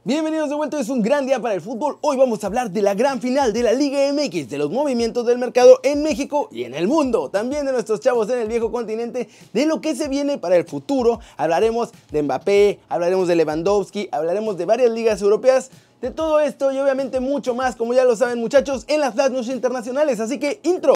Bienvenidos de vuelta, es un gran día para el fútbol. Hoy vamos a hablar de la gran final de la Liga MX, de los movimientos del mercado en México y en el mundo, también de nuestros chavos en el viejo continente, de lo que se viene para el futuro. Hablaremos de Mbappé, hablaremos de Lewandowski, hablaremos de varias ligas europeas, de todo esto y obviamente mucho más, como ya lo saben muchachos, en las Flash News internacionales, así que intro.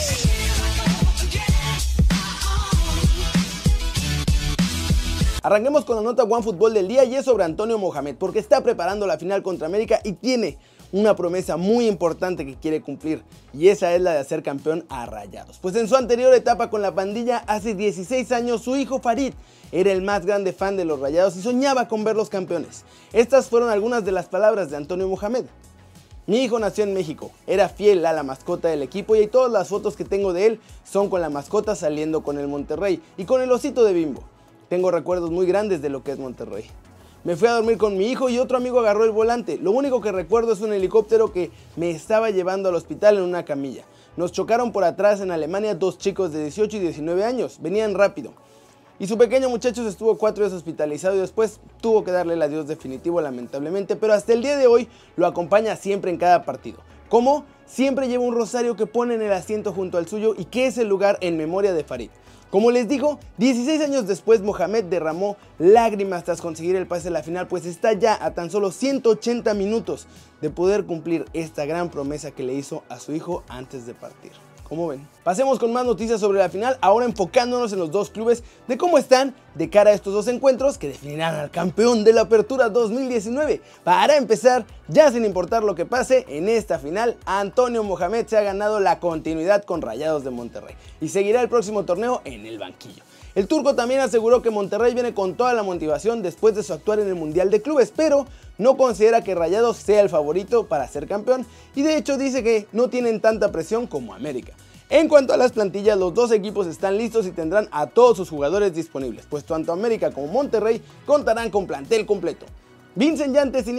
Arranquemos con la nota OneFootball del día y es sobre Antonio Mohamed, porque está preparando la final contra América y tiene una promesa muy importante que quiere cumplir, y esa es la de hacer campeón a Rayados. Pues en su anterior etapa con la pandilla, hace 16 años, su hijo Farid era el más grande fan de los Rayados y soñaba con verlos campeones. Estas fueron algunas de las palabras de Antonio Mohamed. Mi hijo nació en México, era fiel a la mascota del equipo y todas las fotos que tengo de él son con la mascota saliendo con el Monterrey y con el osito de Bimbo. Tengo recuerdos muy grandes de lo que es Monterrey. Me fui a dormir con mi hijo y otro amigo agarró el volante. Lo único que recuerdo es un helicóptero que me estaba llevando al hospital en una camilla. Nos chocaron por atrás en Alemania dos chicos de 18 y 19 años. Venían rápido. Y su pequeño muchacho estuvo 4 días hospitalizado y después tuvo que darle el adiós definitivo lamentablemente. Pero hasta el día de hoy lo acompaña siempre en cada partido. ¿Cómo? Siempre lleva un rosario que pone en el asiento junto al suyo y que es el lugar en memoria de Farid. Como les digo, 16 años después Mohamed derramó lágrimas tras conseguir el pase a la final, pues está ya a tan solo 180 minutos de poder cumplir esta gran promesa que le hizo a su hijo antes de partir. ¿Cómo ven? Pasemos con más noticias sobre la final, ahora enfocándonos en los dos clubes, de cómo están de cara a estos dos encuentros que definirán al campeón de la Apertura 2019. Para empezar, ya sin importar lo que pase, en esta final, Antonio Mohamed se ha ganado la continuidad con Rayados de Monterrey y seguirá el próximo torneo en el banquillo. El turco también aseguró que Monterrey viene con toda la motivación después de su actuar en el Mundial de Clubes, pero no considera que Rayados sea el favorito para ser campeón y de hecho dice que no tienen tanta presión como América. En cuanto a las plantillas, los dos equipos están listos y tendrán a todos sus jugadores disponibles, pues tanto América como Monterrey contarán con plantel completo. Vincent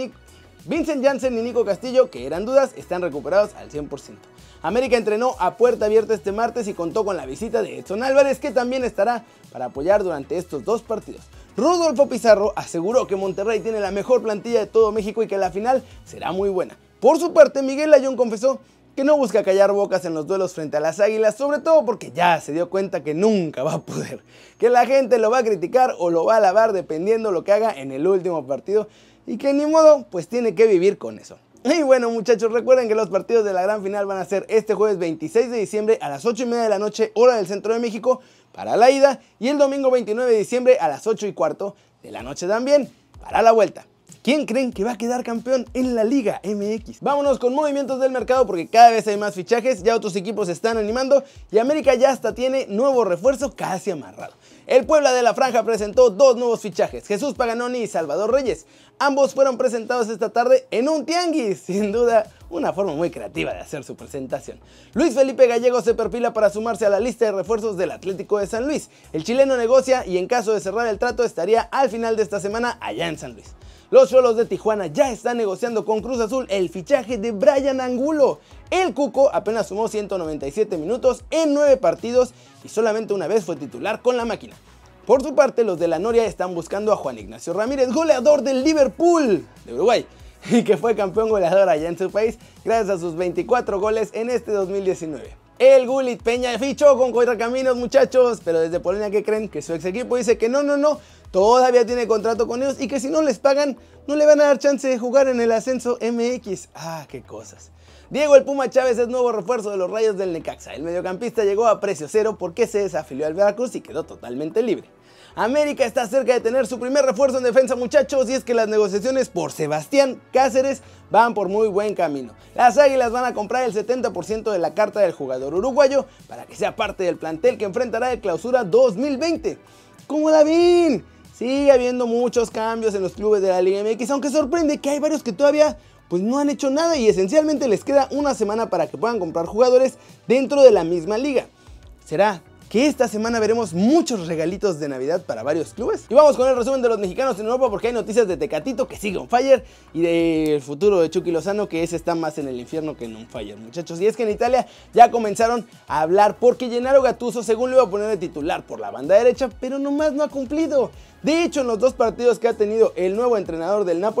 Janssen y Nico Castillo, que eran dudas, están recuperados al 100%. América entrenó a puerta abierta este martes y contó con la visita de Edson Álvarez, que también estará para apoyar durante estos dos partidos. Rodolfo Pizarro aseguró que Monterrey tiene la mejor plantilla de todo México y que la final será muy buena. Por su parte, Miguel Layún confesó que no busca callar bocas en los duelos frente a las Águilas, sobre todo porque ya se dio cuenta que nunca va a poder, que la gente lo va a criticar o lo va a alabar dependiendo lo que haga en el último partido y que ni modo, pues tiene que vivir con eso. Y bueno muchachos, recuerden que los partidos de la gran final van a ser este jueves 26 de diciembre a las 8:30 de la noche, hora del centro de México, para la ida, y el domingo 29 de diciembre a las 8:15 de la noche también, para la vuelta. ¿Quién creen que va a quedar campeón en la Liga MX? Vámonos con movimientos del mercado porque cada vez hay más fichajes, ya otros equipos se están animando y América ya hasta tiene nuevo refuerzo casi amarrado. El Puebla de la Franja presentó dos nuevos fichajes, Jesús Paganoni y Salvador Reyes. Ambos fueron presentados esta tarde en un tianguis, sin duda una forma muy creativa de hacer su presentación. Luis Felipe Gallego se perfila para sumarse a la lista de refuerzos del Atlético de San Luis. El chileno negocia y en caso de cerrar el trato estaría al final de esta semana allá en San Luis. Los Xolos de Tijuana ya están negociando con Cruz Azul el fichaje de Brian Angulo. El Cuco apenas sumó 197 minutos en 9 partidos y solamente una vez fue titular con la máquina. Por su parte, los de la Noria están buscando a Juan Ignacio Ramírez, goleador del Liverpool de Uruguay, y que fue campeón goleador allá en su país gracias a sus 24 goles en este 2019. El Gullit Peña fichó con Correcaminos muchachos, pero desde Polonia, ¿qué creen? Que su ex equipo dice que no, todavía tiene contrato con ellos y que si no les pagan, no le van a dar chance de jugar en el ascenso MX. ¡Ah, qué cosas! Diego el Puma Chávez es nuevo refuerzo de los Rayos del Necaxa. El mediocampista llegó a precio cero porque se desafilió al Veracruz y quedó totalmente libre. América está cerca de tener su primer refuerzo en defensa muchachos, y es que las negociaciones por Sebastián Cáceres van por muy buen camino. Las Águilas van a comprar el 70% de la carta del jugador uruguayo para que sea parte del plantel que enfrentará el Clausura 2020. ¿Cómo la ven? Sigue habiendo muchos cambios en los clubes de la Liga MX, aunque sorprende que hay varios que todavía pues no han hecho nada y esencialmente les queda una semana para que puedan comprar jugadores dentro de la misma liga. ¿Será que esta semana veremos muchos regalitos de Navidad para varios clubes? Y vamos con el resumen de los mexicanos en Europa porque hay noticias de Tecatito que sigue on fire y del futuro de Chucky Lozano que ese está más en el infierno que en on fire muchachos. Y es que en Italia ya comenzaron a hablar porque Gennaro Gattuso según lo iba a poner de titular por la banda derecha, pero nomás no ha cumplido. De hecho, en los dos partidos que ha tenido el nuevo entrenador del Napoli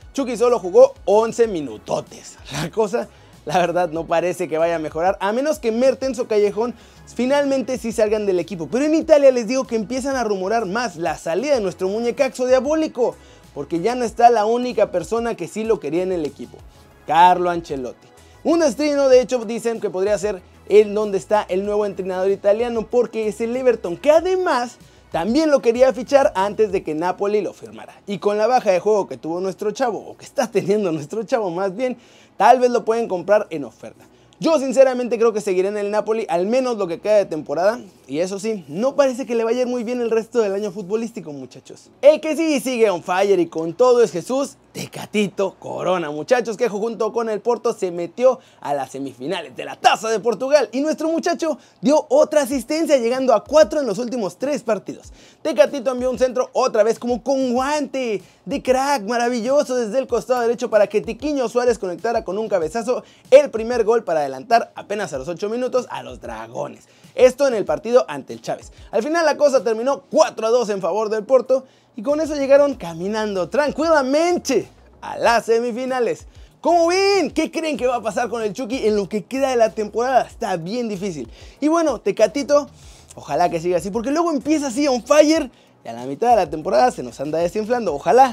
Chucky solo jugó 11 minutotes. La cosa, la verdad, no parece que vaya a mejorar, a menos que Mertens o Callejón finalmente sí salgan del equipo. Pero en Italia les digo que empiezan a rumorar más la salida de nuestro muñecazo diabólico, porque ya no está la única persona que sí lo quería en el equipo, Carlo Ancelotti. Un destino, de hecho, dicen que podría ser en donde está el nuevo entrenador italiano, porque es el Everton, que además también lo quería fichar antes de que Napoli lo firmara. Y con la baja de juego que tuvo nuestro chavo, o que está teniendo nuestro chavo más bien, tal vez lo pueden comprar en oferta. Yo sinceramente creo que seguiré en el Napoli al menos lo que queda de temporada. Y eso sí, no parece que le vaya a ir muy bien el resto del año futbolístico, muchachos. El que sí sigue on fire y con todo es Jesús Tecatito Corona, muchachos, que junto con el Porto se metió a las semifinales de la Taza de Portugal. Y nuestro muchacho dio otra asistencia, llegando a 4 en los últimos 3 partidos. Tecatito envió un centro otra vez como con guante de crack, maravilloso desde el costado derecho para que Tiquinho Suárez conectara con un cabezazo el primer gol para adelantar apenas a los 8 minutos a los Dragones. Esto en el partido ante el Chávez. Al final la cosa terminó 4-2 en favor del Porto y con eso llegaron caminando tranquilamente a las semifinales. ¿Cómo ven? ¿Qué creen que va a pasar con el Chucky en lo que queda de la temporada? Está bien difícil. Y bueno, Tecatito, ojalá que siga así, porque luego empieza así on fire y a la mitad de la temporada se nos anda desinflando. Ojalá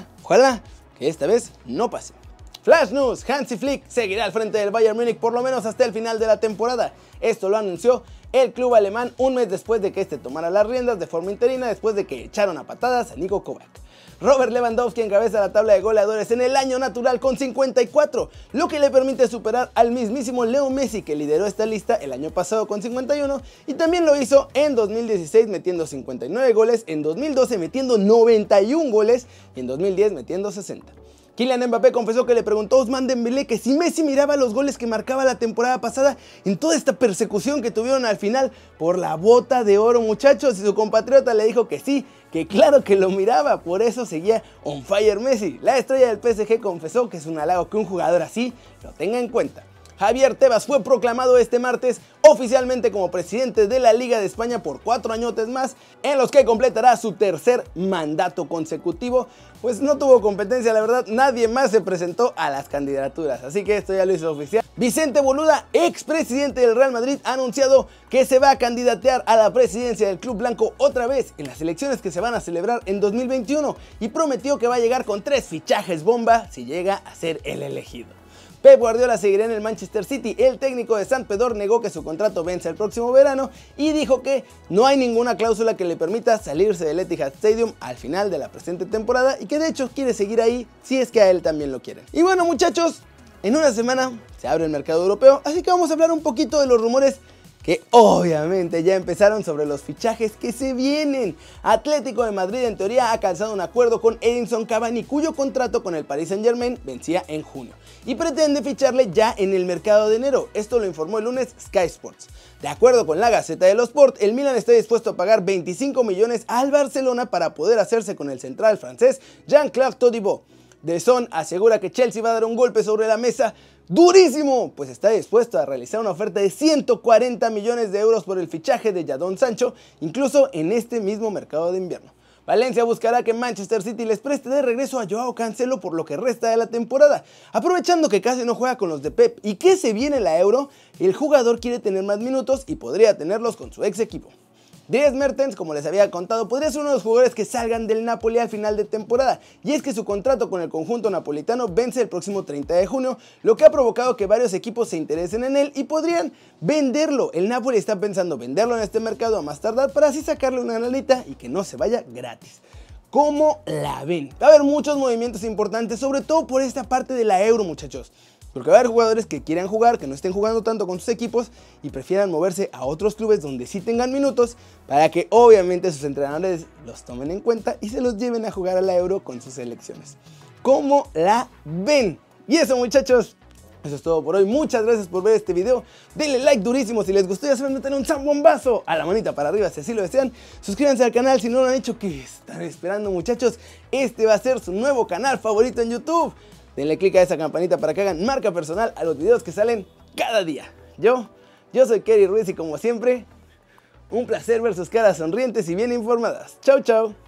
que esta vez no pase. Flash News, Hansi Flick seguirá al frente del Bayern Múnich por lo menos hasta el final de la temporada. Esto lo anunció el club alemán un mes después de que este tomara las riendas de forma interina después de que echaron a patadas a Niko Kovac. Robert Lewandowski encabeza la tabla de goleadores en el año natural con 54, lo que le permite superar al mismísimo Leo Messi, que lideró esta lista el año pasado con 51 y también lo hizo en 2016 metiendo 59 goles, en 2012 metiendo 91 goles y en 2010 metiendo 60. Kylian Mbappé confesó que le preguntó a Ousmane Dembélé que si Messi miraba los goles que marcaba la temporada pasada en toda esta persecución que tuvieron al final por la bota de oro, muchachos, y su compatriota le dijo que sí, que claro que lo miraba, por eso seguía on fire Messi. La estrella del PSG confesó que es un halago que un jugador así lo tenga en cuenta. Javier Tebas fue proclamado este martes oficialmente como presidente de la Liga de España por 4 añotes más, en los que completará su tercer mandato consecutivo. Pues no tuvo competencia, la verdad, nadie más se presentó a las candidaturas, así que esto ya lo hizo oficial. Vicente Boluda, expresidente del Real Madrid, ha anunciado que se va a candidatear a la presidencia del Club Blanco otra vez en las elecciones que se van a celebrar en 2021 y prometió que va a llegar con 3 fichajes bomba si llega a ser el elegido. Pep Guardiola seguirá en el Manchester City. El técnico de Sant Pedor negó que su contrato vence el próximo verano y dijo que no hay ninguna cláusula que le permita salirse del Etihad Stadium al final de la presente temporada y que de hecho quiere seguir ahí si es que a él también lo quieren. Y bueno, muchachos, en una semana se abre el mercado europeo, así que vamos a hablar un poquito de los rumores que obviamente ya empezaron sobre los fichajes que se vienen. Atlético de Madrid en teoría ha calzado un acuerdo con Edinson Cavani, cuyo contrato con el Paris Saint-Germain vencía en junio y pretende ficharle ya en el mercado de enero. Esto lo informó el lunes Sky Sports. De acuerdo con la Gaceta dello Sport, el Milan está dispuesto a pagar 25 millones al Barcelona para poder hacerse con el central francés Jean-Claude Todibo. The Sun asegura que Chelsea va a dar un golpe sobre la mesa durísimo, pues está dispuesto a realizar una oferta de 140 millones de euros por el fichaje de Jadon Sancho, incluso en este mismo mercado de invierno. Valencia buscará que Manchester City les preste de regreso a Joao Cancelo por lo que resta de la temporada. Aprovechando que casi no juega con los de Pep y que se viene la Euro, el jugador quiere tener más minutos y podría tenerlos con su ex equipo. Dries Mertens, como les había contado, podría ser uno de los jugadores que salgan del Napoli al final de temporada, y es que su contrato con el conjunto napolitano vence el próximo 30 de junio, lo que ha provocado que varios equipos se interesen en él y podrían venderlo. El Napoli está pensando venderlo en este mercado a más tardar para así sacarle una lanita y que no se vaya gratis. ¿Cómo la ven? Va a haber muchos movimientos importantes, sobre todo por esta parte de la Euro, muchachos. Porque va a haber jugadores que quieran jugar, que no estén jugando tanto con sus equipos y prefieran moverse a otros clubes donde sí tengan minutos para que obviamente sus entrenadores los tomen en cuenta y se los lleven a jugar a la Euro con sus selecciones. ¿Cómo la ven? Y eso, muchachos, eso es todo por hoy. Muchas gracias por ver este video. Denle like durísimo si les gustó. Ya saben, meter un zambombazo a la manita para arriba si así lo desean. Suscríbanse al canal si no lo han hecho. ¿Qué están esperando, muchachos? Este va a ser su nuevo canal favorito en YouTube. Denle click a esa campanita para que hagan marca personal a los videos que salen cada día. Yo soy Kerry Ruiz y como siempre, un placer ver sus caras sonrientes y bien informadas. Chau, chau.